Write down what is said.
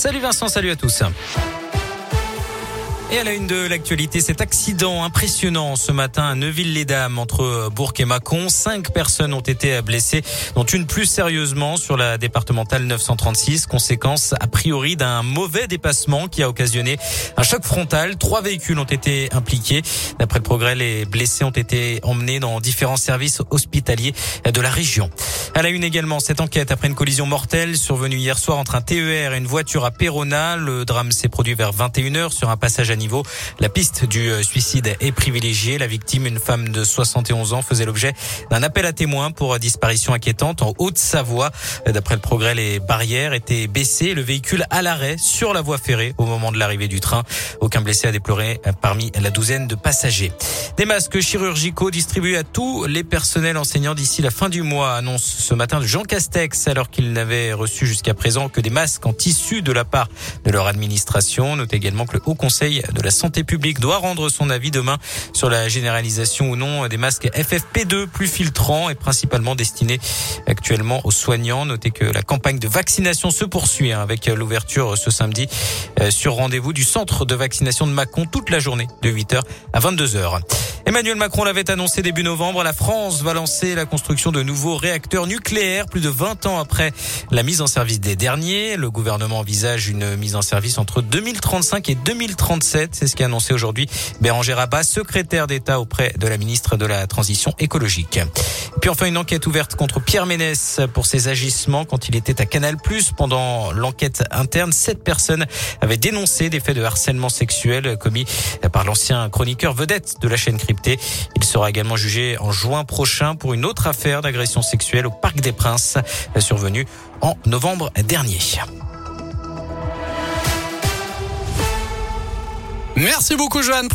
Salut Vincent, salut à tous. Et à la une de l'actualité, cet accident impressionnant ce matin à Neuville-les-Dames entre Bourg et Mâcon. 5 personnes ont été blessées, dont une plus sérieusement sur la départementale 936. Conséquence a priori d'un mauvais dépassement qui a occasionné un choc frontal. 3 véhicules ont été impliqués. D'après le progrès, les blessés ont été emmenés dans différents services hospitaliers de la région. À la une également, cette enquête après une collision mortelle survenue hier soir entre un TER et une voiture à Péronne. Le drame s'est produit vers 21h sur un passage à niveau. La piste du suicide est privilégiée. La victime, une femme de 71 ans, faisait l'objet d'un appel à témoins pour disparition inquiétante en Haute-Savoie. D'après le progrès, les barrières étaient baissées. Le véhicule à l'arrêt sur la voie ferrée au moment de l'arrivée du train. Aucun blessé à déplorer parmi la douzaine de passagers. Des masques chirurgicaux distribués à tous les personnels enseignants d'ici la fin du mois, annonce ce matin Jean Castex, alors qu'il n'avait reçu jusqu'à présent que des masques en tissu de la part de leur administration. Notez également que le Haut Conseil de la santé publique doit rendre son avis demain sur la généralisation ou non des masques FFP2 plus filtrants et principalement destinés actuellement aux soignants. Notez que la campagne de vaccination se poursuit avec l'ouverture ce samedi sur rendez-vous du centre de vaccination de Mâcon toute la journée de 8h à 22h. Emmanuel Macron l'avait annoncé début novembre, la France va lancer la construction de nouveaux réacteurs nucléaires plus de 20 ans après la mise en service des derniers. Le gouvernement envisage une mise en service entre 2035 et 2037. C'est ce qu'a annoncé aujourd'hui Bérangère Abba, secrétaire d'État auprès de la ministre de la Transition écologique. Puis enfin, une enquête ouverte contre Pierre Ménès pour ses agissements quand il était à Canal+. Pendant l'enquête interne, 7 personnes avaient dénoncé des faits de harcèlement sexuel commis par l'ancien chroniqueur vedette de la chaîne cryptée. Il sera également jugé en juin prochain pour une autre affaire d'agression sexuelle au Parc des Princes, survenue en novembre dernier. Merci beaucoup, Johan.